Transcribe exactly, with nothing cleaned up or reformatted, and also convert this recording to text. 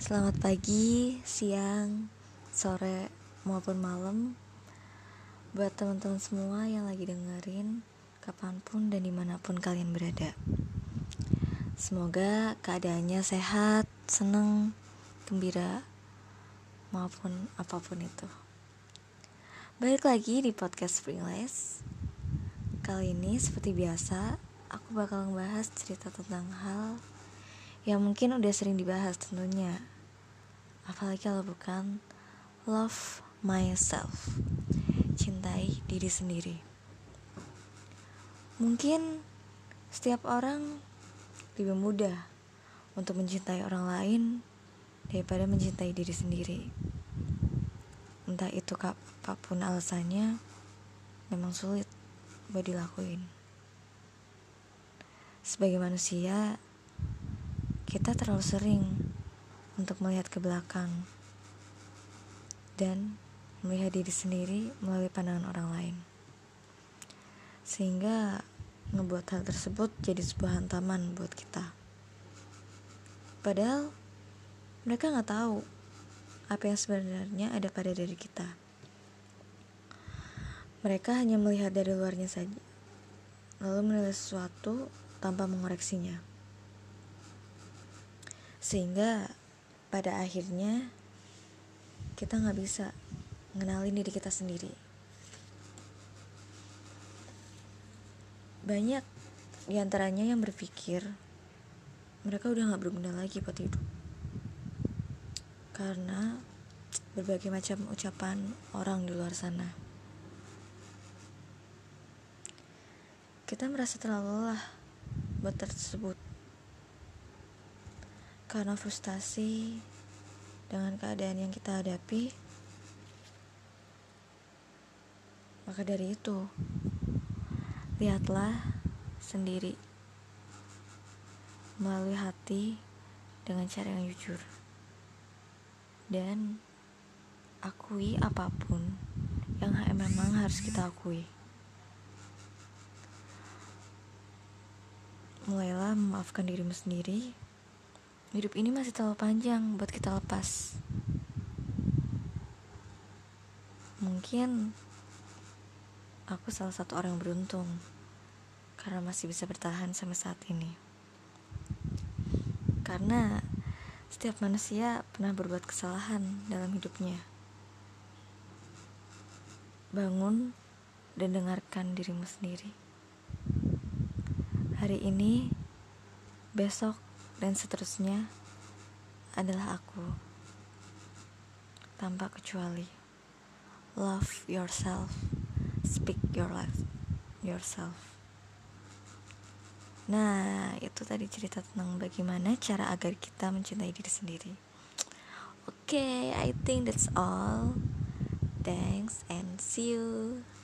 Selamat pagi, siang, sore, maupun malam buat teman-teman semua yang lagi dengerin kapanpun dan dimanapun kalian berada. Semoga keadaannya sehat, seneng, gembira, maupun apapun itu. Balik lagi di podcast Springless. Kali ini seperti biasa, aku bakal ngebahas cerita tentang hal yang mungkin udah sering dibahas tentunya. Apalagi kalau bukan love myself, cintai diri sendiri. Mungkin setiap orang lebih mudah untuk mencintai orang lain daripada mencintai diri sendiri. Entah itu apapun alasannya, memang sulit buat dilakuin. Sebagai manusia, kita terlalu sering untuk melihat ke belakang dan melihat diri sendiri melalui pandangan orang lain, sehingga ngebuat hal tersebut jadi sebuah hantaman buat kita. Padahal mereka gak tahu apa yang sebenarnya ada pada diri kita. Mereka hanya melihat dari luarnya saja, lalu menilai sesuatu tanpa mengoreksinya, sehingga pada akhirnya kita gak bisa ngenalin diri kita sendiri. Banyak diantaranya yang berpikir mereka udah gak berguna lagi buat hidup, karena berbagai macam ucapan orang di luar sana. Kita merasa terlalu lelah buat tersebut, karena frustasi dengan keadaan yang kita hadapi. Maka dari itu, lihatlah sendiri melalui hati dengan cara yang jujur, dan akui apapun yang memang harus kita akui. Mulailah memaafkan dirimu sendiri. Hidup ini masih terlalu panjang buat kita lepas. Mungkin aku salah satu orang yang beruntung karena masih bisa bertahan sampai saat ini. Karena setiap manusia pernah berbuat kesalahan dalam hidupnya. Bangun dan dengarkan dirimu sendiri. Hari ini, besok, dan seterusnya adalah aku, tanpa kecuali. Love yourself, speak your life yourself. Nah, itu tadi cerita tentang bagaimana cara agar kita mencintai diri sendiri. Oke, okay, I think that's all. Thanks and see you.